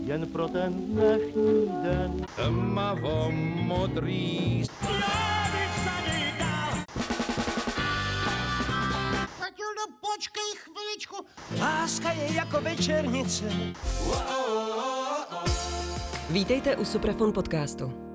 jen pro ten dnešní den. Tmavo modrý. Matildo, počkej chviličku. Láska je jako večernice. Vítejte u Suprafon podcastu.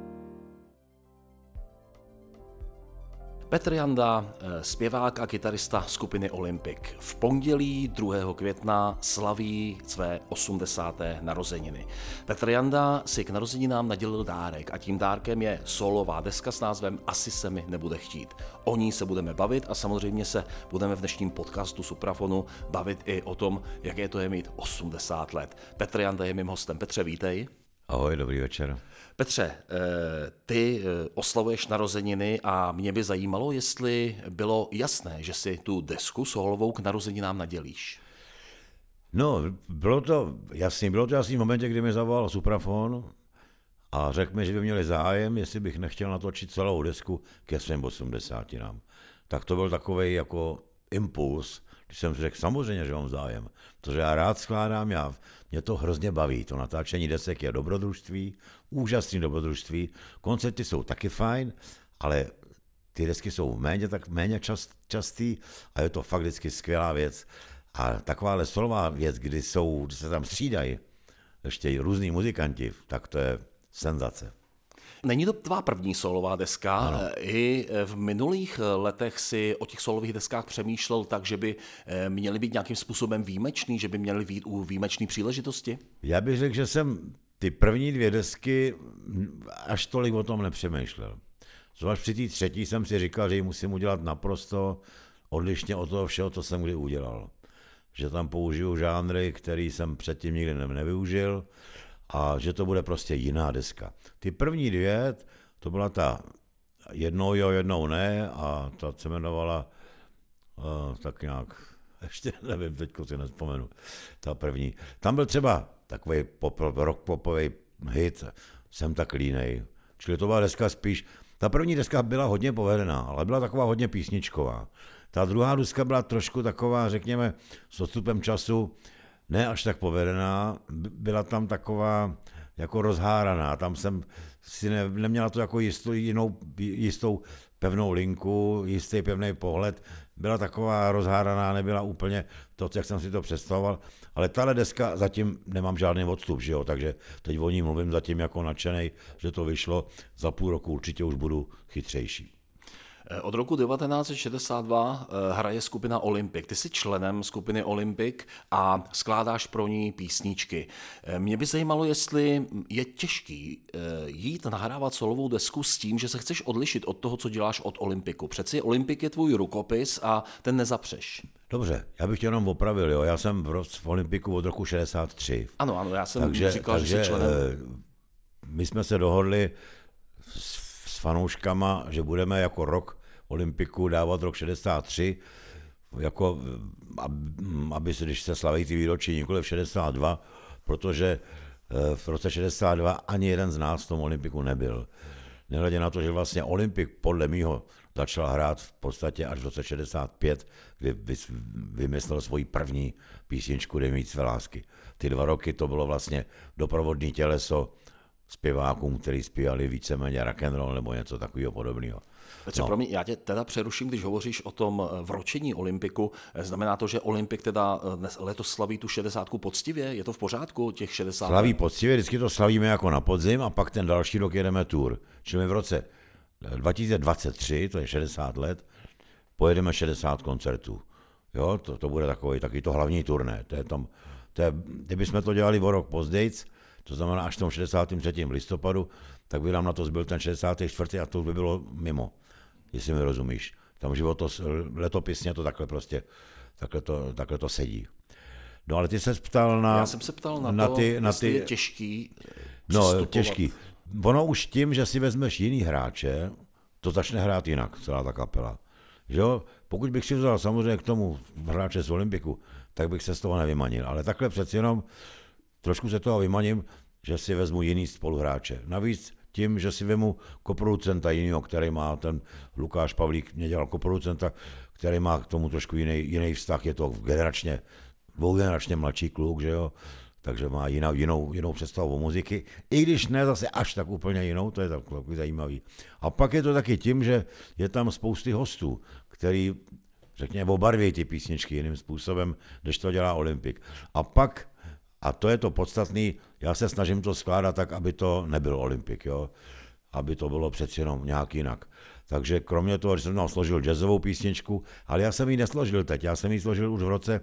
Petr Janda, zpěvák a kytarista skupiny Olympik, v pondělí 2. května slaví své 80. narozeniny. Petr Janda si k narozeninám nadělil dárek a tím dárkem je sólová deska s názvem Asi se mi nebude chtít. O ní se budeme bavit a samozřejmě se budeme v dnešním podcastu Suprafonu bavit i o tom, jaké to je mít 80 let. Petr Janda je mým hostem. Petře, vítej. Ahoj, dobrý večer. Petře, ty oslavuješ narozeniny a mě by zajímalo, jestli bylo jasné, že si tu desku sólovou k narozeninám nadělíš. No, bylo to jasný v momentě, kdy mi zavolal Suprafon a řekl mi, že by měli zájem, jestli bych nechtěl natočit celou desku ke svým 80. Tak to byl takovej jako impuls, když jsem si řekl, samozřejmě, že mám zájem, protože já rád skládám, mě to hrozně baví, to natáčení desek je dobrodružství, úžasné dobrodružství, koncerty jsou taky fajn, ale ty desky jsou méně častý a je to fakt vždycky skvělá věc. A takováhle solová věc, kdy se tam střídají ještě různý muzikanti, tak to je senzace. Není to tvá první solová deska? Ano. I v minulých letech si o těch solových deskách přemýšlel tak, že by měly být nějakým způsobem výjimečný, že by měly být u výjimečné příležitosti? Já bych řekl, že jsem ty první 2 desky až tolik o tom nepřemýšlel. Zvlášť při té třetí jsem si říkal, že ji musím udělat naprosto odlišně od toho všeho, co jsem kdy udělal. Že tam použiju žánry, který jsem předtím nikdy nevyužil, a že to bude prostě jiná deska. Ty první 2, to byla ta jednou jo, jednou ne a ta se jmenovala tak nějak, ještě nevím, teďko si nevzpomenu, ta první. Tam byl třeba takový rock popový hit, Jsem tak línej. Čili to byla deska spíš, ta první deska byla hodně povedená, ale byla taková hodně písničková. Ta druhá deska byla trošku taková, řekněme, s odstupem času, ne až tak povedená, byla tam taková jako rozháraná, tam jsem si neměla to jako jistou pevnou linku, jistý pevný pohled, byla taková rozháraná, nebyla úplně to, jak jsem si to představoval, ale tahle deska zatím nemám žádný odstup, že jo? Takže teď o ní mluvím zatím jako nadšenej, že to vyšlo, za půl roku určitě už budu chytřejší. Od roku 1962 hraje skupina Olympik. Ty jsi členem skupiny Olympik a skládáš pro ní písničky. Mě by zajímalo, jestli je těžký jít nahrávat solovou desku s tím, že se chceš odlišit od toho, co děláš od Olympiku. Přeci Olympik je tvůj rukopis a ten nezapřeš. Dobře, já bych tě jenom opravil, jo. Já jsem v Olympiku od roku 63. Ano, já jsem říkal, že jsi členem. My jsme se dohodli s fanouškama, že budeme jako rok Olympiku dávat rok 63, jako, aby se, když se slaví ty výročí, nikoli v 62, protože v roce 62 ani jeden z nás v tom Olympiku nebyl. Nehledě na to, že vlastně Olympik podle mýho začal hrát v podstatě až v roce 65, kdy vymyslel svoji první písničku Dej mi víc své lásky. Ty 2 roky to bylo vlastně doprovodný těleso zpěvákům, který zpívali víceméně rock'n'roll nebo něco takového podobného. Petře, promiň, já tě teda přeruším, když hovoříš o tom vročení Olympiku. Znamená to, že Olympik teda letos slaví tu 60 poctivě? Je to v pořádku, těch 60? Slaví poctivě, vždycky to slavíme jako na podzim a pak ten další rok jedeme tour. Čili v roce 2023, to je 60 let, pojedeme 60 koncertů. Jo, to bude takový to hlavní turné. Kdybychom to dělali o rok pozdějc, to znamená až v tom 63. listopadu, tak by nám na to zbyl ten 64. a to by bylo mimo, jestli mi rozumíš. Tam letopisně to takhle to sedí. No ale ty se ptal na... Já jsem se ptal na to, jestli je těžký přistupovat. No, těžký. Ono už tím, že si vezmeš jiný hráče, to začne hrát jinak, celá ta kapela. Že jo? Pokud bych si vzal samozřejmě k tomu hráče z Olympiku, tak bych se z toho nevymanil. Ale takhle přeci jenom trošku se toho vymaním, že si vezmu jiný spoluhráče. Navíc tím, že si vemu koproducenta jinýho, který má ten Lukáš Pavlík, mě dělal koproducenta, který má k tomu trošku jiný vztah, je to dvougeneračně mladší kluk, že jo, takže má jinou představu o muziky, i když ne zase až tak úplně jinou, to je takový zajímavý. A pak je to taky tím, že je tam spousty hostů, který, řekněme, obarví ty písničky jiným způsobem, než to dělá Olympik. A pak, a to je to podstatný, já se snažím to skládat tak, aby to nebyl Olympik, jo? Aby to bylo přeci jenom nějak jinak. Takže kromě toho, že jsem tam složil jazzovou písničku, ale já jsem ji nesložil teď, já jsem ji složil už v roce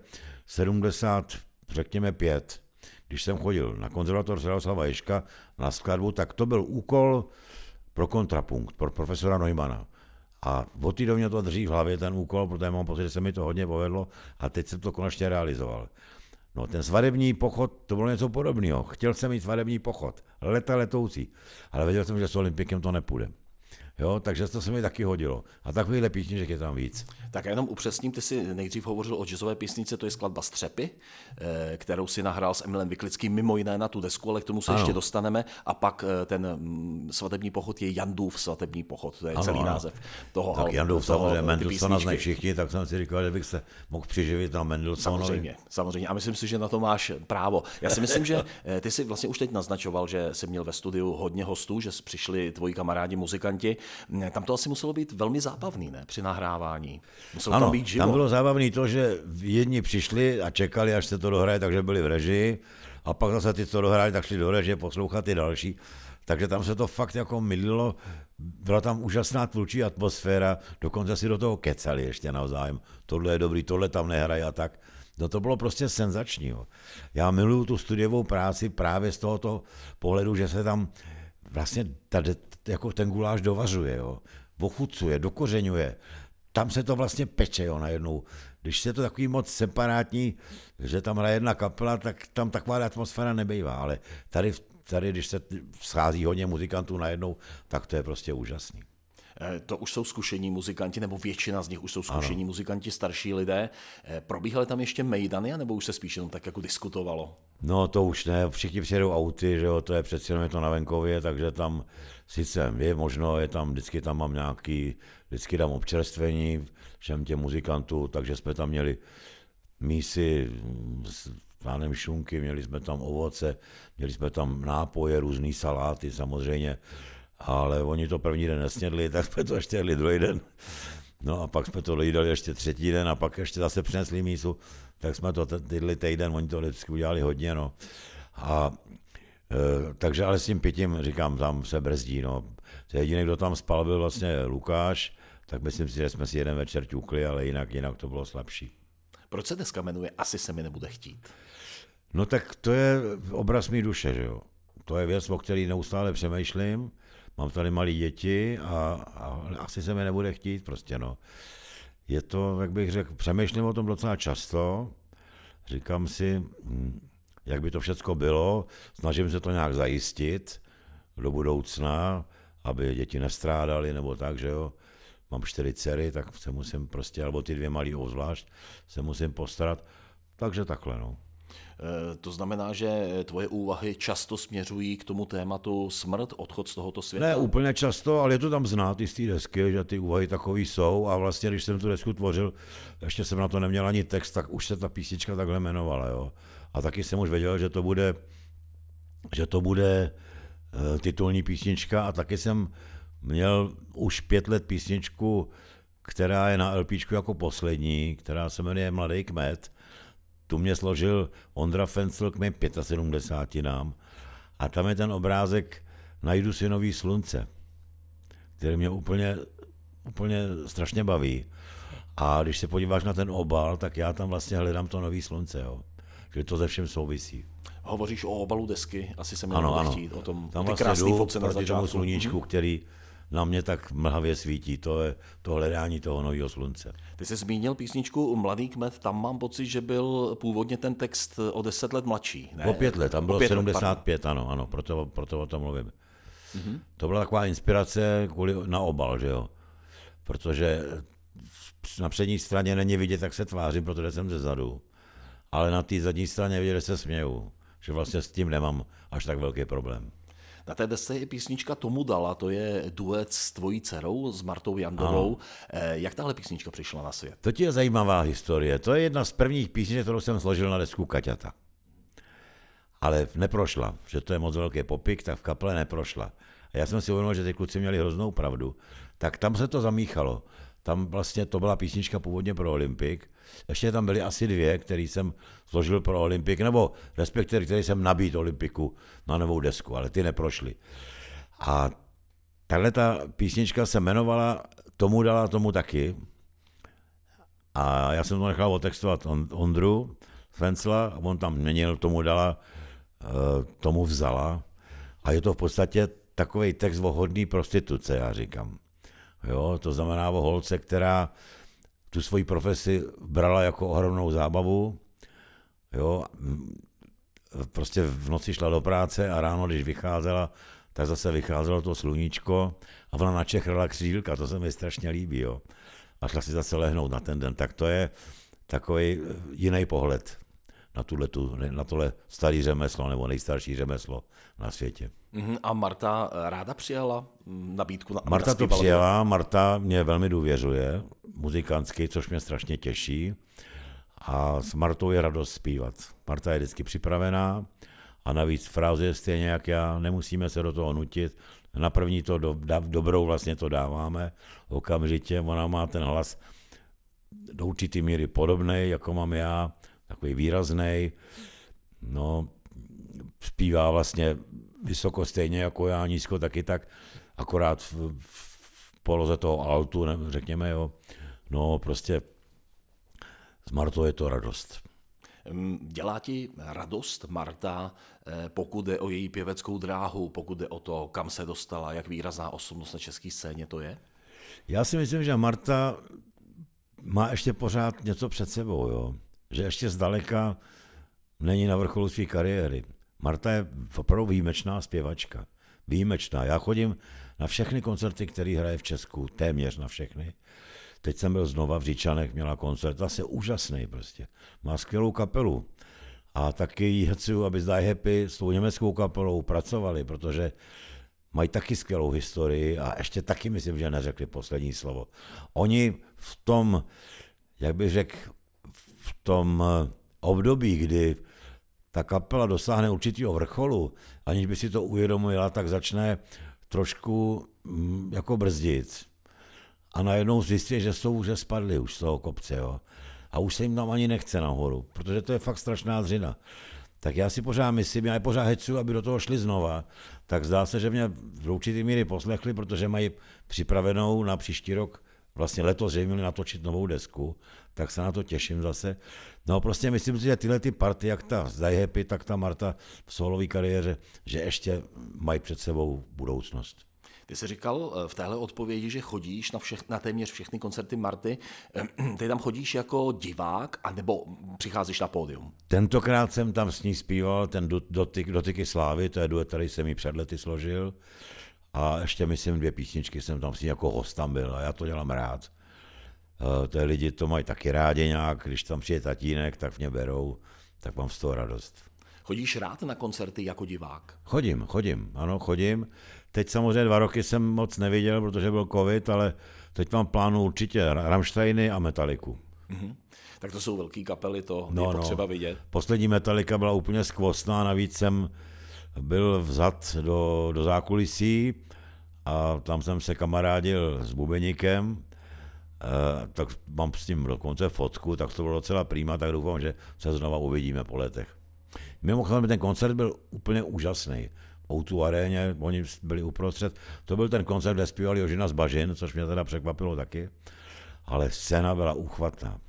75, když jsem chodil na konzervatoř Jaroslava Ježka na skladbu, tak to byl úkol pro kontrapunkt, pro profesora Neumanna. A od té do mě to drží v hlavě ten úkol, protože mám pocit, že se mi to hodně povedlo a teď jsem to konečně realizoval. No ten svadební pochod, to bylo něco podobného. Chtěl jsem mít svadební pochod, letoucí, ale věděl jsem, že s Olympikem to nepůjde. Jo, takže to se mi taky hodilo. A takovýhle písniček je tam víc. Tak jenom upřesním, ty si nejdřív hovořil o jazzové písnice, to je skladba Střepy, kterou si nahrál s Emilem Vyklickým mimo jiné na tu desku, ale k tomu se ještě dostaneme. A pak ten svatební pochod je Jandův svatební pochod, to je celý název toho. Tak Jandův samozřejmě, Mendelssohna znají všichni, tak jsem si říkal, že bych se mohl přiživit na Mendelssohnovi. Samozřejmě. A myslím si, že na to máš právo. Já si myslím, že ty si vlastně už teď naznačoval, že jsi měl ve studiu hodně hostů, že přišli tvoji kamarádi muzikanti. Tam to asi muselo být velmi zábavný, ne? Při nahrávání. Muselo tam být živo. Tam bylo zábavný to, že jedni přišli a čekali, až se to dohraje, takže byli v režii, a pak zase ty, co dohráli, tak šli do režie poslouchat ty další. Takže tam se to fakt jako mydlilo, byla tam úžasná tvůrčí atmosféra, dokonce si do toho kecali ještě navzájem. Tohle je dobrý, tohle tam nehraje a tak. No to bylo prostě senzační. Já miluju tu studiovou práci právě z tohoto pohledu, že se tam vlastně jako ten guláš dovařuje, jo, ochucuje, dokořeňuje. Tam se to vlastně peče, jo, najednou. Když je to takový moc separátní, že tam hraje jedna kapela, tak tam taková atmosféra nebejvá, ale tady, když se schází hodně muzikantů najednou, tak to je prostě úžasný. To už jsou zkušení muzikanti, nebo většina z nich už jsou zkušení muzikanti, starší lidé. Probíhaly tam ještě mejdany, nebo už se spíš jenom tak jako diskutovalo? No to už ne, všichni přijedou auty, že jo, to je přeci jenom je to na venkově, takže tam sice je možno, vždycky tam mám vždycky dám občerstvení všem těm muzikantů, takže jsme tam měli mísy s pánem šunky, měli jsme tam ovoce, měli jsme tam nápoje, různý saláty samozřejmě, ale oni to první den nesnědli, tak jsme to ještě jedli druhý den. No a pak jsme to dojídali ještě třetí den a pak ještě zase přinesli mísu, tak jsme to jedli týden, oni to vždycky udělali hodně, no. A takže ale s tím pitím, říkám, tam se brzdí, no. Jediný, kdo tam spal, byl vlastně Lukáš, tak myslím si, že jsme si jeden večer ťukli, ale jinak to bylo slabší. Proč se dneska jmenuje Asi se mi nebude chtít? No tak to je obraz mý duše, že jo. To je věc, o který neustále přemýšlím. Mám tady malé děti a asi se mi nebude chtít prostě, no. Je to, jak bych řekl, přemýšlím o tom docela často. Říkám si, jak by to všecko bylo. Snažím se to nějak zajistit do budoucna, aby děti nestrádaly nebo tak, že jo. Mám 4 dcery, tak se musím prostě, alebo ty 2 malý obzvlášť, se musím postarat. Takže takhle, no. To znamená, že tvoje úvahy často směřují k tomu tématu smrt, odchod z tohoto světa? Ne úplně často, ale je to tam znát i z té desky, že ty úvahy takový jsou a vlastně, když jsem tu desku tvořil, ještě jsem na to neměl ani text, tak už se ta písnička takhle jmenovala, jo. A taky jsem už věděl, že to bude titulní písnička a taky jsem měl už 5 let písničku, která je na LPčku jako poslední, která se jmenuje Mladý kmet. Tu mě složil Ondra Fencl k mým 75. A tam je ten obrázek Najdu si nový slunce, který mě úplně strašně baví. A když se podíváš na ten obal, tak já tam vlastně hledám to nový slunce, jo. Že to ze všem souvisí. Hovoříš o obalu desky, Asi se mi nebude chtít, o tom, tam ty vlastně krásný fotce na začátku. Tomu sluníčku, který na mě tak mlhavě svítí, to je to hledání toho nového slunce. Ty jsi zmínil písničku Mladý kmet, tam mám pocit, že byl původně ten text o 10 let mladší. Ne? O 5 let, tam bylo 75, ano, proto o tom mluvím. Mm-hmm. To byla taková inspirace na obal, že jo, protože na přední straně není vidět, jak se tvářím, protože jsem zezadu, ale na té zadní straně vidět, že se směju, že vlastně s tím nemám až tak velký problém. Na té desce je písnička Tomu dala, to je duet s tvojí dcerou, s Martou Jandovou. Jak tahle písnička přišla na svět? To je zajímavá historie. To je jedna z prvních písniček, kterou jsem složil na desku Kaťata. ale neprošla, že to je moc velký popik, tak v kapele neprošla. A já jsem si uvědomil, že ty kluci měli hroznou pravdu, tak tam se to zamíchalo. Tam vlastně to byla písnička původně pro Olympik, ještě tam byly asi 2, který jsem složil pro Olympik, nebo respektive, který jsem nabít Olympiku na novou desku, ale ty neprošly. A tahle ta písnička se jmenovala Tomu dala, tomu taky. A já jsem to nechal otextovat Ondru Fencla, a on tam měnil, tomu dala, tomu vzala. A je to v podstatě takový text o hodný prostituce, já říkám. Jo, to znamená o holce, která tu svoji profesi brala jako ohromnou zábavu. Jo, prostě v noci šla do práce a ráno, když vycházela, tak zase vycházelo to sluníčko a ona načechrala křídílka, to se mi strašně líbí. Jo. A šla si zase lehnout na ten den, tak to je takový jiný pohled na tohle starý řemeslo nebo nejstarší řemeslo na světě. A Marta ráda přijala nabídku? Marta to přijala, Marta mě velmi důvěřuje muzikantsky, což mě strašně těší. A s Martou je radost zpívat. Marta je vždycky připravená a navíc fráze je stejně jak já, nemusíme se do toho nutit. Na první to dobrou vlastně to dáváme okamžitě, ona má ten hlas do určitý míry podobnej, jako mám já, takový výraznej, no, zpívá vlastně vysoko stejně jako já, nízko taky tak, akorát v poloze toho altu, řekněme, jo, no prostě s Martou je to radost. Dělá ti radost Marta, pokud jde o její pěveckou dráhu, pokud jde o to, kam se dostala, jak výrazná osobnost na české scéně to je? Já si myslím, že Marta má ještě pořád něco před sebou, jo? Že ještě zdaleka není na vrcholu své kariéry. Marta je opravdu výjimečná zpěvačka. Výjimečná. Já chodím na všechny koncerty, které hraje v Česku, téměř na všechny. Teď jsem byl znova v Říčanech, měla koncert, zase úžasný prostě. Má skvělou kapelu. A taky jí hecuju, aby s Die Happy s tou německou kapelou pracovali, protože mají taky skvělou historii a ještě taky myslím, že neřekli poslední slovo. Oni v tom, jak bych řekl, v tom období, kdy ta kapela dosáhne určitého vrcholu, aniž by si to uvědomila, tak začne trošku jako brzdit. A najednou zjistí, že spadli už z toho kopce, jo. A už se jim tam ani nechce nahoru, protože to je fakt strašná dřina. Tak já si pořád myslím, já je pořád hecuju, aby do toho šli znova, tak zdá se, že mě v určitý míry poslechli, protože mají připravenou na příští rok, vlastně letos, že měli natočit novou desku, tak se na to těším zase. No prostě myslím si, že tyhle ty party, jak ta Die Happy, tak ta Marta v solové kariéře, že ještě mají před sebou budoucnost. Ty jsi říkal v téhle odpovědi, že chodíš na téměř všechny koncerty Marty. Ty tam chodíš jako divák, anebo přicházíš na pódium? Tentokrát jsem tam s ní zpíval ten Dotyky slávy, to je duet, který jsem jí před lety složil. A ještě myslím 2 písničky jsem tam s ní jako host tam byl a já to dělám rád. Ty lidi to mají taky rádi nějak, když tam přijde tatínek, tak mě berou, tak mám z toho radost. Chodíš rád na koncerty jako divák? Chodím. Teď samozřejmě 2 roky jsem moc neviděl, protože byl covid, ale teď mám plánu určitě Rammsteiny a Metaliku. Tak to jsou velký kapely, to je potřeba vidět. Poslední Metallica byla úplně skvostná, navíc jsem byl vzat do zákulisí a tam jsem se kamarádil s bubeníkem, tak mám s ním dokonce fotku, tak to bylo docela prima, tak doufám, že se znova uvidíme po letech. Mimochodem ten koncert byl úplně úžasný. V O2 aréně, oni byli uprostřed. To byl ten koncert, kde zpívali Jožina z Bažin, což mě teda překvapilo taky. Ale scéna byla úchvatná.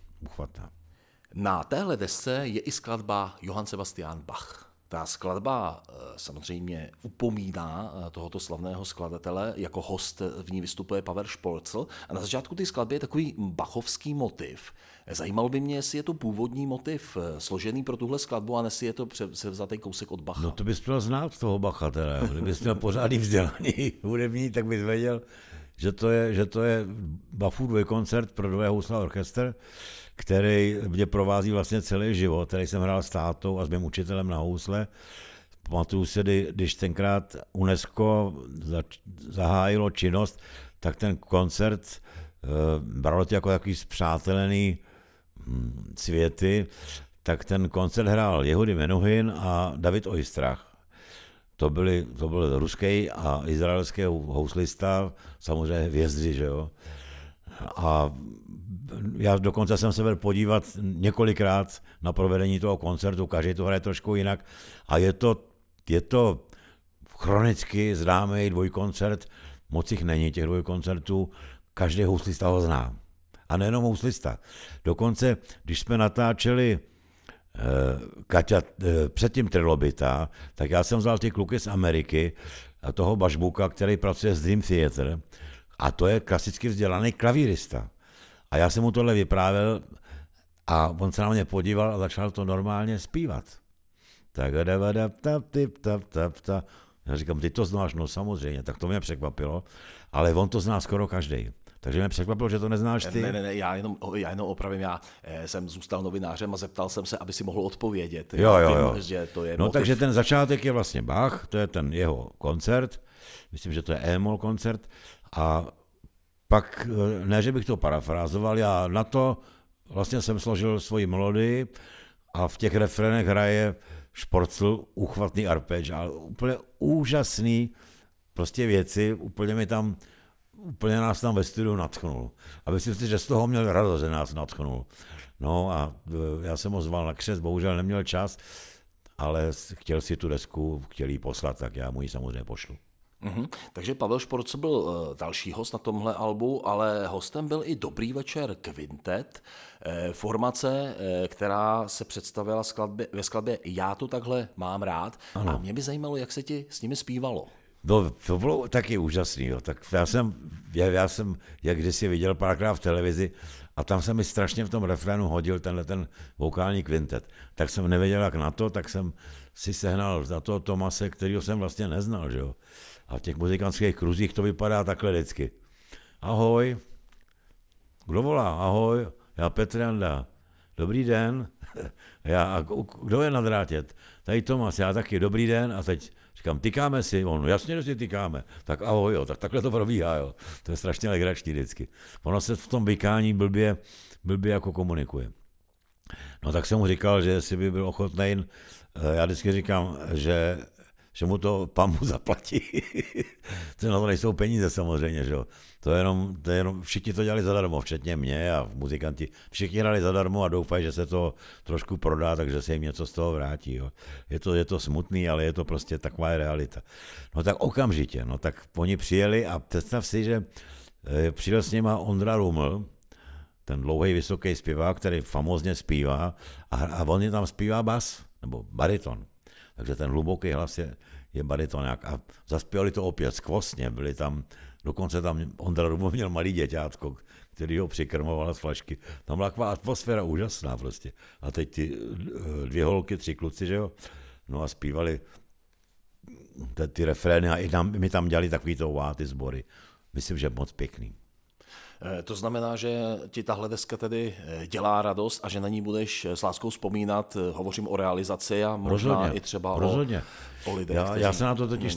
Na téhle desce je i skladba Johann Sebastian Bach. Ta skladba samozřejmě upomíná tohoto slavného skladatele, jako host v ní vystupuje Pavel Špolcl a na začátku té skladby je takový bachovský motiv. Zajímalo by mě, jestli je to původní motiv složený pro tuhle skladbu, a jestli je to převzatý kousek od Bacha. No to bys měl znát toho Bacha teda, kdybys měl pořádný vzdělání hudební, tak bys věděl, že to je Bachův dvojkoncert pro 2 housle orchestr, který mě provází vlastně celý život, který jsem hrál s tátou a s mým učitelem na housle. Pamatuju se, když tenkrát UNESCO zahájilo činnost, tak ten koncert bralo to jako takový spřátelený světy, tak ten koncert hrál Jehudy Menuhin a David Oistrach. To byl ruský a izraelský houslista, samozřejmě hvězdy, že jo. A já dokonce jsem se byl podívat několikrát na provedení toho koncertu, každý to hraje trošku jinak a je to chronicky známý dvojkoncert, moc jich není těch dvojkoncertů, každý houslista ho zná. A nejenom houslista. Dokonce, když jsme natáčeli Kaťa předtím Trilobita, tak já jsem vzal ty kluky z Ameriky a toho Bašbuka, který pracuje s Dream Theater a to je klasicky vzdělaný klavírista. A já jsem mu tohle vyprávěl a on se na mě podíval a začal to normálně zpívat. Tak já říkám, ty to znáš, no samozřejmě, tak to mě překvapilo, ale on to zná skoro každý. Takže mě překvapilo, že to neznáš ty. Ne, já jenom opravím, já jsem zůstal novinářem a zeptal jsem se, aby si mohl odpovědět. Jo. Že to je no motiv. takže ten začátek je vlastně Bach, to je ten jeho koncert, myslím, že to je E-moll koncert a pak, ne, že bych to parafrázoval, já na to vlastně jsem složil svoji melodii a v těch refrénech hraje Šporcl, úchvatný arpeč a úplně úžasný prostě věci, úplně nás tam ve studiu nadchnul. A myslím si, že z toho měl radost, že nás nadchnul. No a já jsem ho zval na křest, bohužel neměl čas, ale chtěl si tu desku, chtěl jí poslat, tak já mu ji samozřejmě pošlu. Takže Pavel Šporcl byl další host na tomhle albu, ale hostem byl i Dobrý večer Kvintet, formace, která se představila ve skladbě Já to takhle mám rád. Ano. A mě by zajímalo, jak se ti s nimi zpívalo. No, to bylo taky úžasný. Jo. Tak já jsem jak kdysi viděl párkrát v televizi a tam se mi strašně v tom refrénu hodil ten vokální kvintet. Tak jsem nevěděl, jak na to, tak jsem si sehnal za toho Tomase, kterýho jsem vlastně neznal. Že jo. A v těch muzikantských kruzích to vypadá takhle vždycky. Ahoj, kdo volá? Ahoj, já Petr Janda. Dobrý den. Kdo je na drátě? Tady Tomas, já taky, dobrý den. A teď říkám, tykáme si? On, jasně, že si tykáme. Tak ahoj, jo, tak takhle to probíhá, jo. To je strašně legrační vždycky. Ono se v tom vykání blbě jako komunikuje. No tak jsem mu říkal, že si by byl ochotný, já vždycky říkám, že mu to pán mu zaplatí. To na to nejsou peníze samozřejmě, že jo. To je jenom, všichni to dělali zadarmo, včetně mě a muzikanti. Všichni hráli zadarmo a doufají, že se to trošku prodá, takže se jim něco z toho vrátí. Jo. Je to smutný, ale je to prostě taková realita. No tak okamžitě, no tak oni přijeli a představ si, že přijel s nima Ondra Ruml, ten dlouhý vysoký zpěvák, který famózně zpívá a on je tam zpívá bas, nebo bariton. Takže ten hluboký hlas je baritonák. A zaspěvali to opět skvostně, byli tam, dokonce tam Ondra Ruml měl malý děťátko, který ho přikrmoval z flašky. Tam byla taková atmosféra úžasná prostě. A teď ty 2 holky, 3 kluci, že jo, no a zpívali ty refrény a i my tam dělali takovýto ty sbory. Myslím, že moc pěkný. To znamená, že ti tahle deska tedy dělá radost a že na ní budeš s láskou vzpomínat, hovořím o realizaci a možná rozhodně, i třeba o lidech. Já se na to totiž,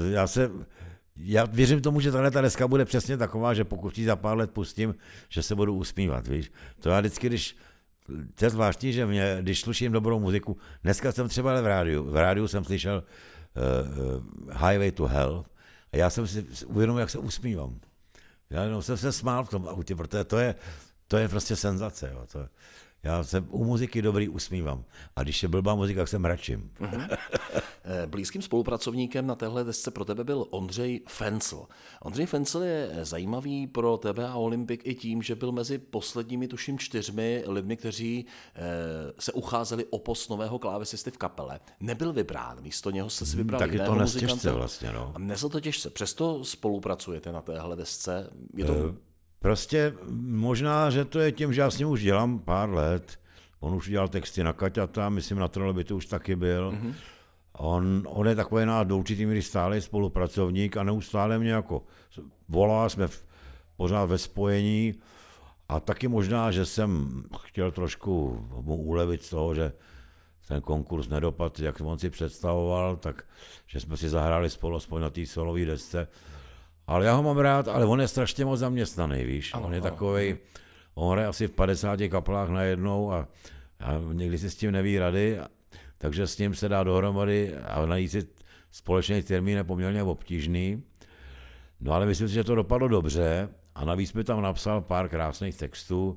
já věřím tomu, že tahle deska bude přesně taková, že pokud ji za pár let pustím, že se budu usmívat, víš. To já vždycky, to je zvláštní, že když slyším dobrou muziku, dneska jsem třeba v rádiu jsem slyšel Highway to Hell a já jsem si uvědomil, jak se usmívám. Já jenom jsem se smál v tom autě, protože to je prostě senzace. Jo. Já se u muziky dobrý usmívám. A když je blbá muzika, tak se mračím. Blízkým spolupracovníkem na téhle desce pro tebe byl Ondřej Fencl. Ondřej Fencl je zajímavý pro tebe a Olympik i tím, že byl mezi posledními, tuším, 4 lidmi, kteří se ucházeli o post nového klávesisty v kapele. Nebyl vybrán, místo něho jste si vybrali jiného muzikanta. Tak je to těžce vlastně. No. Nesl to těžce, přesto spolupracujete na téhle desce. Je to... Prostě možná, že to je tím, že já s ním už dělám pár let. On už dělal texty na Kaťata, myslím na Trilobitu už taky byl. Mm-hmm. On je takový náš do určitý míry stálý spolupracovník a neustále mě jako volá, jsme pořád ve spojení a taky možná, že jsem chtěl trošku mu ulevit z toho, že ten konkurs nedopadl, jak on si představoval, tak že jsme si zahráli spolu aspoň na té solové desce. Ale já ho mám rád, ale on je strašně moc zaměstnaný, víš. On je takovej, on hraje asi v 50 kapelách najednou a a někdy si s tím neví rady, takže s ním se dá dohromady a najít si společný termín je poměrně obtížný. No ale myslím si, že to dopadlo dobře a navíc mi tam napsal pár krásných textů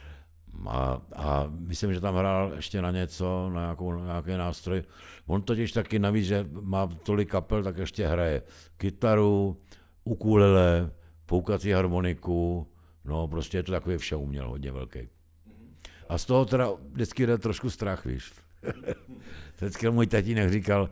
a myslím, že tam hrál ještě na něco, na nějaký nástroj. On totiž taky navíc, že má tolik kapel, tak ještě hraje kytaru, ukulele, foukací harmoniku, no prostě je to takový všeuměl, hodně velký. A z toho teda vždycky jde trošku strach, víš. Vždycky můj tatínek říkal,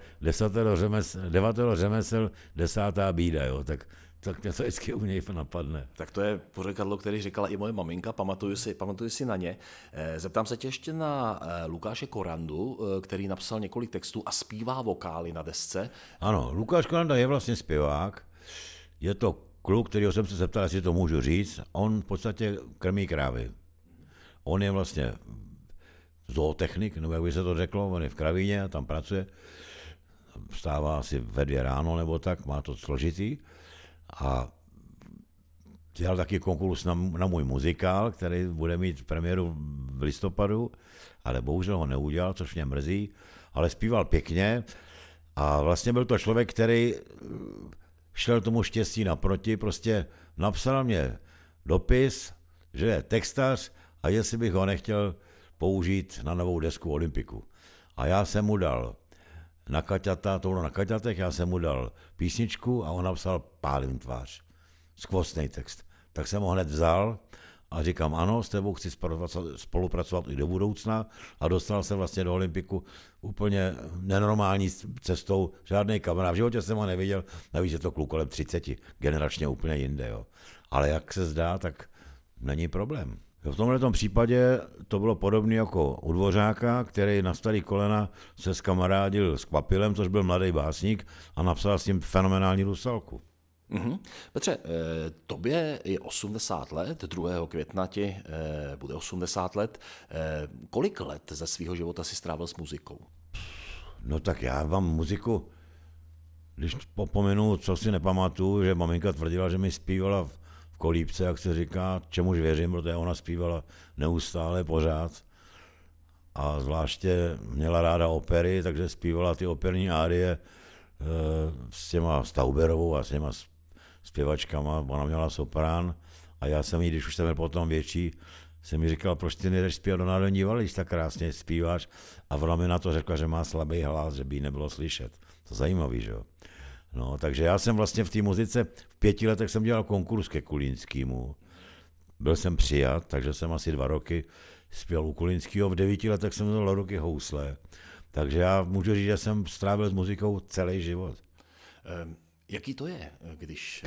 9 řemesel, 10. bída, jo, tak mě to vždycky u něj napadne. Tak to je pořekadlo, který říkala i moje maminka, pamatuju si na ně. Zeptám se tě ještě na Lukáše Korandu, který napsal několik textů a zpívá vokály na desce. Ano, Lukáš Koranda je vlastně zpěvák, je to kluk, kterýho jsem se zeptal, jestli to můžu říct, on v podstatě krmí krávy. On je vlastně zootechnik, nebo jak by se to řeklo, on je v kravíně a tam pracuje, vstává asi ve 2 ráno nebo tak, má to složitý a dělal taky konkurs na můj muzikál, který bude mít premiéru v listopadu, ale bohužel ho neudělal, což mě mrzí, ale zpíval pěkně a vlastně byl to člověk, který šel tomu štěstí naproti, prostě napsal mě dopis, že je textař a jestli bych ho nechtěl použít na novou desku Olympiku. A já jsem mu dal na Kaťata, to bylo na Kaťatech, já jsem mu dal písničku a on napsal Pálím tvář. Skvostný text. Tak jsem ho hned vzal a říkám, ano, s tebou chci spolupracovat i do budoucna a dostal se vlastně do Olympiku úplně nenormální cestou, žádný kamarád. V životě jsem ho neviděl, navíc je to kluk kolem 30, generačně úplně jinde. Jo. Ale jak se zdá, tak není problém. V tomhle případě to bylo podobné jako u Dvořáka, který na starý kolena se skamarádil s Kvapilem, což byl mladý básník a napsal s ním fenomenální Rusalku. Mm-hmm. Petře, tobě je 80 let, 2. května ti bude 80 let. Kolik let ze svého života si strávil s muzikou? No tak já mám muziku, když popomenu, co si nepamatuju, že maminka tvrdila, že mi zpívala v kolípce, jak se říká, čemuž věřím, protože ona zpívala neustále pořád a zvláště měla ráda opery, takže zpívala ty operní árie s těma Stauberovou a s těma zpěvačkama, ona měla soprán a já jsem jí, když už jsem byl potom větší, jsem mi říkal, proč ty nejdeš zpívat do Národní divadla, když tak krásně zpíváš a ona mi na to řekla, že má slabý hlas, že by jí nebylo slyšet. To zajímavý, že jo. No, takže já jsem vlastně v té muzice, v 5 letech jsem dělal konkurs ke Kulínskýmu. Byl jsem přijat, takže jsem asi 2 roky zpěval u Kulínskýho, v 9 letech jsem měl roky housle. Takže já můžu říct, že jsem strávil s muzikou celý život. Jaký to je, když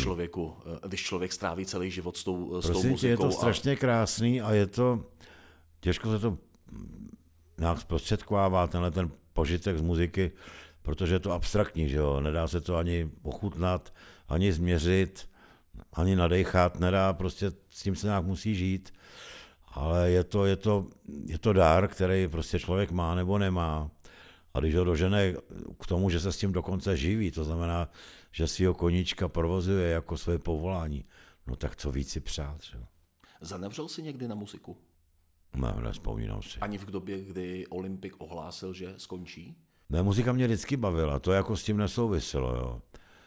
člověk stráví celý život s tou muzikou? Je to strašně krásný a je to, těžko se to nějak zprostředkovává, ten požitek z muziky, protože je to abstraktní, že jo, nedá se to ani ochutnat, ani změřit, ani nadechat, nedá, prostě s tím se nějak musí žít, ale je to dar, který prostě člověk má nebo nemá. A když ho dožene k tomu, že se s tím dokonce živí, to znamená, že svýho koníčka provozuje jako své povolání, no tak co víc si přát, že jo. Zanevřel jsi někdy na muziku? Ne, nevzpomínám si. Ani v době, kdy Olympik ohlásil, že skončí? Ne, muzika mě vždycky bavila, to jako s tím nesouviselo, jo.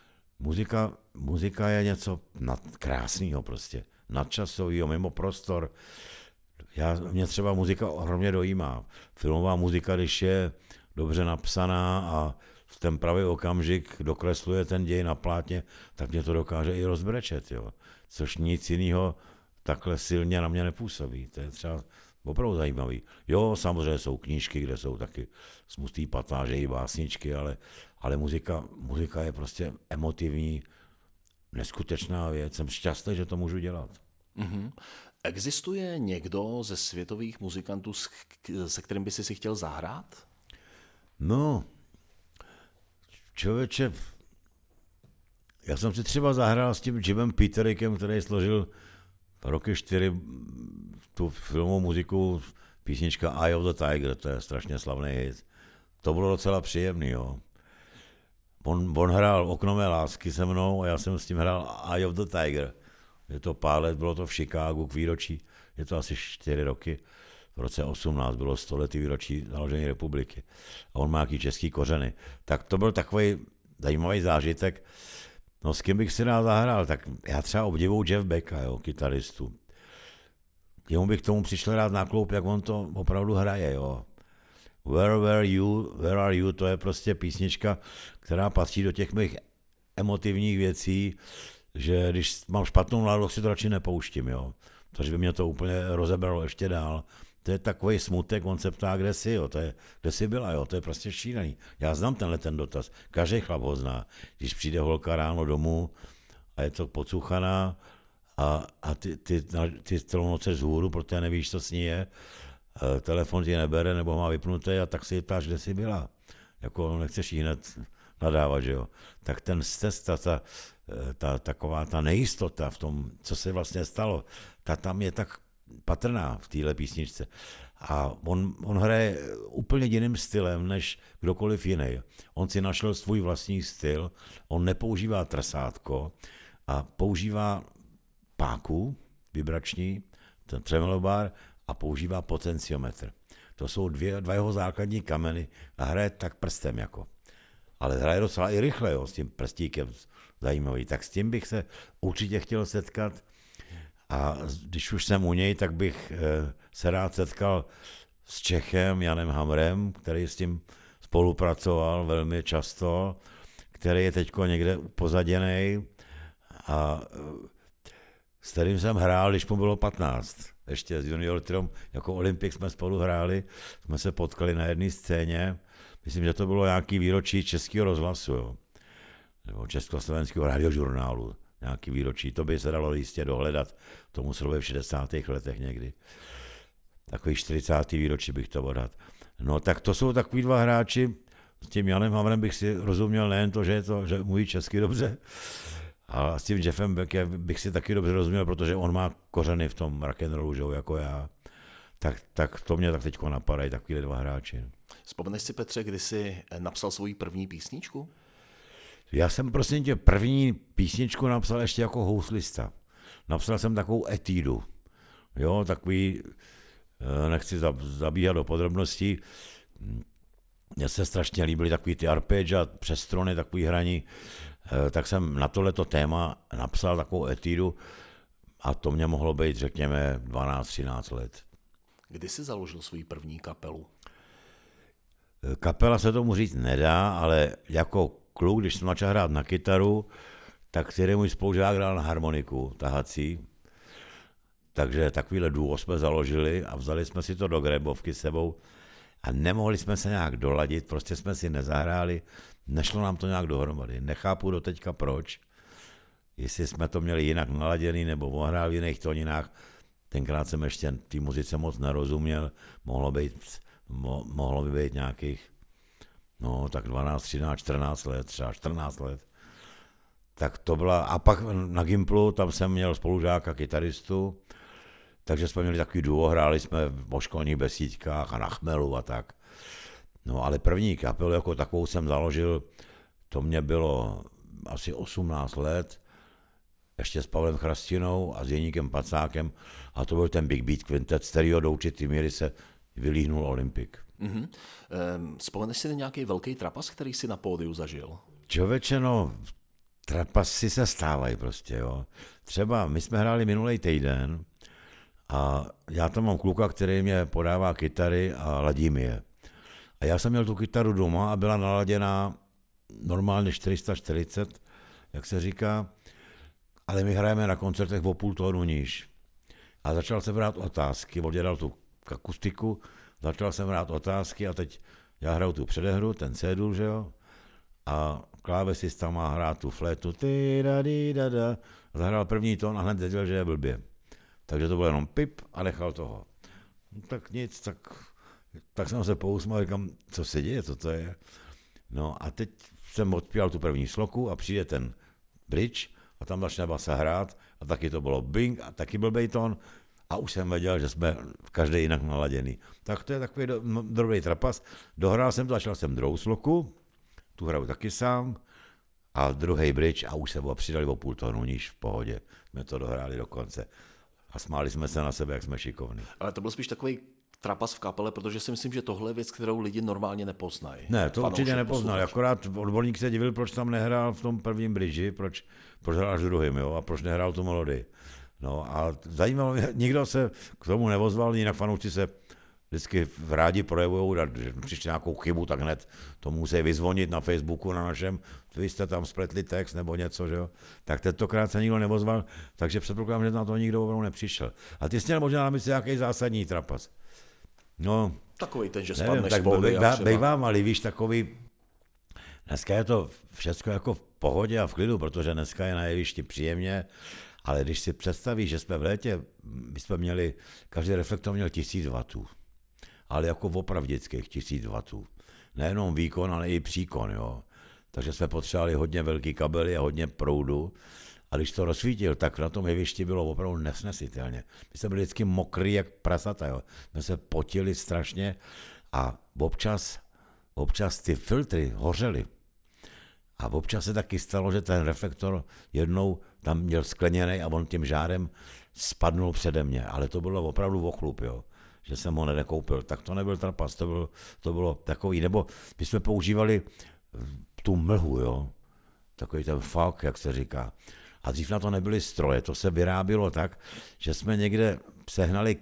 Muzika je něco krásného prostě, nadčasového, mimo prostor. Mě třeba muzika ohromně dojímá. Filmová muzika, když je dobře napsaná a v ten pravý okamžik dokresluje ten děj na plátně, tak mě to dokáže i rozbrečet, jo. Což nic jiného takhle silně na mě nepůsobí. To je třeba opravdu zajímavý. Jo, samozřejmě jsou knížky, kde jsou taky smutný pasáže i básničky, ale muzika je prostě emotivní, neskutečná věc. Jsem šťastný, že to můžu dělat. Mm-hmm. Existuje někdo ze světových muzikantů, se kterým by si chtěl zahrát? No, člověče, já jsem si třeba zahrál s tím Jimem Peterickem, který složil roky 4 tu filmovou muziku, písnička Eye of the Tiger, to je strašně slavný hit. To bylo docela příjemný, jo. On hrál Okno mé lásky se mnou a já jsem s tím hrál Eye of the Tiger. Je to pár let, bylo to v Chicagu k výročí, je to asi 4 roky. v roce 18 bylo 100letý výročí založení republiky a on má nějaký český kořeny. Tak to byl takový zajímavý zážitek. No s kým bych si rád zahrál, tak já třeba obdivuju Jeff Becka, jo, kytaristu. Jemu bych k tomu přišel rád na kloup, jak on to opravdu hraje, jo. Where are you, to je prostě písnička, která patří do těch mých emotivních věcí, že když mám špatnou náladu, si to radši nepouštím, jo. Protože by mě to úplně rozebralo ještě dál. To je takový smutek, on se ptá, kde jsi, jo, kde jsi byla, jo, to je prostě šílený. Já znám ten dotaz, každý chlap ho zná. Když přijde holka ráno domů a je to pocuchaná a ty celou noc vzhůru, protože nevíš, co s ní je, telefon ti nebere nebo má vypnutý a tak si ptáš, kde jsi byla. Jako nechceš jí hned nadávat, že jo. Tak ten stres, taková ta nejistota v tom, co se vlastně stalo, ta tam je tak patrná v téhle písničce. A on hraje úplně jiným stylem, než kdokoliv jiný. On si našel svůj vlastní styl, on nepoužívá trsátko a používá páku vibrační, ten tremelobar, a používá potenciometr. To jsou dva jeho základní kameny a hraje tak prstem jako. Ale hraje docela i rychle, jo, s tím prstíkem zajímavý. Tak s tím bych se určitě chtěl setkat a když už jsem u něj, tak bych se rád setkal s Čechem Janem Hamrem, který s tím spolupracoval velmi často, který je teďko někde upozaděnej a s kterým jsem hrál, když mu bylo 15. Ještě s Junior Trom, jako Olympik jsme spolu hráli, jsme se potkali na jedné scéně, myslím, že to bylo nějaký výročí Českého rozhlasu, jo. Nebo Československého radiožurnálu, nějaký výročí, to by se dalo jistě dohledat, to muselo být v 60. letech někdy. Takový 40. výročí bych to odhad. No tak to jsou takový dva hráči, s tím Janem Hamrem bych si rozuměl nejen to, že mluví česky dobře, a s tím Jeffem Beckem bych si taky dobře rozuměl, protože on má kořeny v tom rock'n'rollu, že jo, jako já. Tak to mě tak teďko napadají, takovýhle dva hráči. Vzpomeneš si, Petře, kdy jsi napsal svoji první písničku? Já jsem prosím tě první písničku napsal ještě jako houslista. Napsal jsem takovou etídu. Jo, takový, nechci zabíhat do podrobností, mně se strašně líbily takový ty arpeggia, přes strony, takový hraní, tak jsem na tohleto téma napsal takovou etídu a to mě mohlo být, řekněme, 12-13 let. Kdy jsi založil svou první kapelu? Kapela se tomu říct nedá, ale jako kluk, když jsem začal hrát na kytaru, tak který můj spolužák hrál na harmoniku tahací, takže takovýhle duo jsme založili a vzali jsme si to do Grébovky s sebou a nemohli jsme se nějak doladit, prostě jsme si nezahráli, nešlo nám to nějak dohromady. Nechápu doteďka proč, jestli jsme to měli jinak naladěný nebo ohrál v jiných tóninách. Tenkrát jsem ještě té muzice moc nerozuměl, mohlo by být nějakých, no tak 12, 13, 14 let, třeba 14 let. Tak to byla, a pak na Gimplu, tam jsem měl spolužáka, kytaristu, takže jsme měli takový duo, hráli jsme o školních besídkách a na chmelu a tak. No ale první kapelu jako takovou jsem založil, to mě bylo asi 18 let, ještě s Pavlem Chrastinou a s Jeníkem Pacákem a to byl ten Big Beat Quintet, z kterého do určitý míry se vylíhnul Olympik. Mm-hmm. Vzpomeneš si na nějaký velký trapas, který jsi na pódiu zažil? Člověče, no, trapasy se stávají prostě, jo. Třeba my jsme hráli minulý týden a já tam mám kluka, který mě podává kytary a ladí mi je. A já jsem měl tu kytaru doma a byla naladěná normálně 440, jak se říká, ale my hrajeme na koncertech o půl tónu níž. A začal jsem brát otázky, oddělal tu akustiku, začal jsem brát otázky a teď já hraju tu předehru, ten C-dur, že jo, a klávesista má hrát tu flétu, a zahrál první tón a hned věděl, že je blbě. Takže to bylo jenom pip a nechal toho. No, tak nic, tak jsem se pousmál, říkám, co se děje, co to je. No a teď jsem odpíval tu první sloku a přijde ten bridge a tam začne basa hrát a taky to bylo bing a taky blbej tón a už jsem věděl, že jsme každý jinak naladěný. Tak to je takový dobrý trapas. Dohrál jsem to, začal jsem druhou sloku, tu hraju taky sám a druhý bridge a už se přidali o půl tónu níž v pohodě. Jsme to dohráli do konce a smáli jsme se na sebe, jak jsme šikovní. Ale to byl spíš takový trapas v kapele, protože si myslím, že tohle je věc, kterou lidi normálně nepoznají. Ne, to Fanoušek, určitě nepoznal. posluchač. Akorát odborník se divil, proč tam nehrál v tom prvním bridži, proč hrál až v druhém, jo, a proč nehrál tu melodii. No a zajímalo mě, nikdo se k tomu nevozval, jinak fanoušci se vždycky rádi projevují, že přišli nějakou chybu, tak hned to musí vyzvonit na Facebooku na našem, vy jste tam spletli text nebo něco, že jo. Tak tentokrát se nikdo nevozval, takže předpokládám, že na to nikdo opravdu nepřišel. A ty jsi měl možná na mysli nějaký zásadní trapas. No, Takový ten, že nevím, spadneš tak z pódia třeba. bejvám, ale víš, takový, dneska je to všechno jako v pohodě a v klidu, protože dneska je na jevišti příjemně, ale když si představíš, že jsme v létě, my jsme měli, každý reflektor měl 1000 W, ale jako opravdických 1000 W. Nejenom výkon, ale i příkon, jo. Takže jsme potřebovali hodně velký kabely a hodně proudu. A když to rozsvítil, tak na tom jevišti bylo opravdu nesnesitelně. My jsme byli vždycky mokrý jak prasata, jo. My se potili strašně a občas ty filtry hořely. A občas se taky stalo, že ten reflektor jednou tam měl skleněný a on tím žárem spadnul přede mě. Ale to bylo opravdu ochlup, jo. Že jsem ho nekoupil. Tak to nebyl trapas, to bylo takový. Nebo my jsme používali tu mlhu, jo. Takový ten fog, jak se říká. A dřív na to nebyly stroje, to se vyrábělo tak, že jsme někde sehnali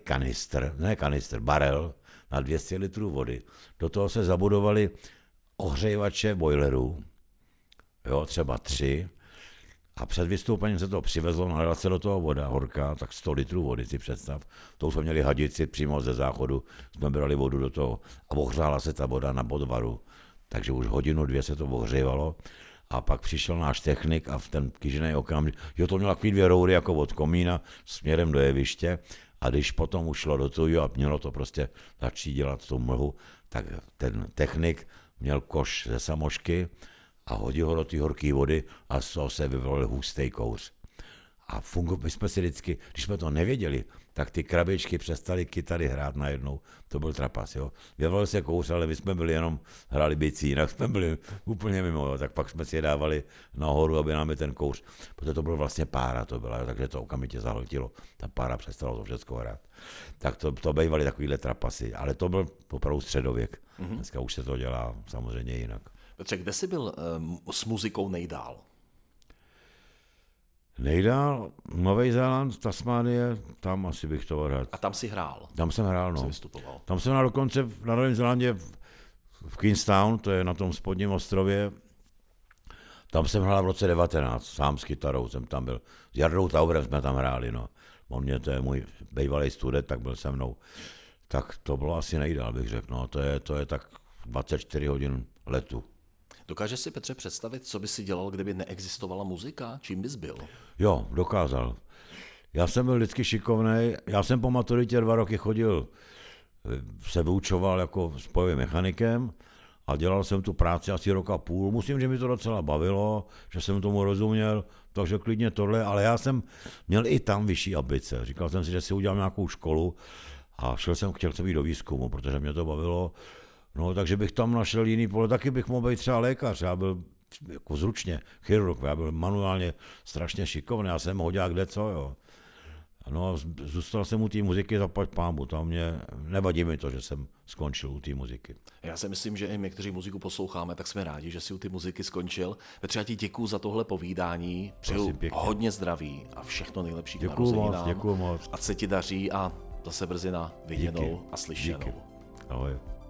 barel na 200 litrů vody. Do toho se zabudovaly ohřejvače boilerů, jo, třeba 3, a před vystoupením se to přivezlo, nalila se do toho voda horká, tak 100 litrů vody si představ. To jsme měli hadici přímo ze záchodu, jsme brali vodu do toho a ohřála se ta voda na bodvaru. Takže už 1-2 hodiny se to ohřívalo. A pak přišel náš technik a v ten kýžený okamžik, to mělo takový 2 roury jako od komína směrem do jeviště a když potom ušlo do toho a mělo to prostě začít dělat tu mlhu, tak ten technik měl koš ze samošky a hodil ho do té horké vody a z toho se vyvolil hustý kouř. A my jsme si vždycky, když jsme to nevěděli, tak ty krabičky přestaly kytary hrát najednou. To byl trapas, jo. Vyvolil se kouř, ale my jsme byli jenom, hráli bicí, jinak jsme byli úplně mimo, jo. Tak pak jsme si je dávali nahoru, aby nám je ten kouř, protože to bylo vlastně pára, to byla, jo. Takže to okamžitě zahltilo. Ta pára přestalo to všechno hrát. Tak to bývaly takovýhle trapasy, ale to byl opravdu středověk. Dneska už se to dělá samozřejmě jinak. Petře, kde jsi byl s muzikou nejdál? Nejdál, Nový Zéland, Tasmánie, tam asi bych to odhadl. A tam si hrál? Tam jsem hrál, no. Vystupoval. Tam jsem hrál dokonce na Novém Zélandě v Queenstown, to je na tom spodním ostrově. Tam jsem hrál v roce 19, sám s kytarou jsem tam byl. S Jardou Tauberem jsme tam hráli, no. To je můj bývalý student, tak byl se mnou. Tak to bylo asi nejdál, bych řekl, no. To je tak 24 hodin letu. Dokážeš si, Petře, představit, co by si dělal, kdyby neexistovala muzika? Čím bys byl? Jo, dokázal. Já jsem byl vždycky šikovnej. Já jsem po maturitě 2 roky chodil, se vyučoval jako spojovým mechanikem a dělal jsem tu práci asi 1,5 roku. Musím, že mi to docela bavilo, že jsem tomu rozuměl, takže klidně tohle, ale já jsem měl i tam vyšší ambice. Říkal jsem si, že si udělám nějakou školu a chtěl jsem jít do výzkumu, protože mě to bavilo. No, takže bych tam našel jiný pole, taky bych mohl být třeba lékař, já byl jako zručně chirurg, já byl manuálně strašně šikovný, já jsem hodil kde co, jo. No, zůstal jsem u té muziky zaplať pánbu, tam nevadí mi to, že jsem skončil u té muziky. Já si myslím, že i my, kteří muziku posloucháme, tak jsme rádi, že si u ty muziky skončil. Petře, já ti děkuju za tohle povídání, přeju hodně zdraví a všechno nejlepší k narozeninám. Děkuju moc. Ať se ti daří a zase brzy na viděnou a slyšenou. Díky. Ahoj.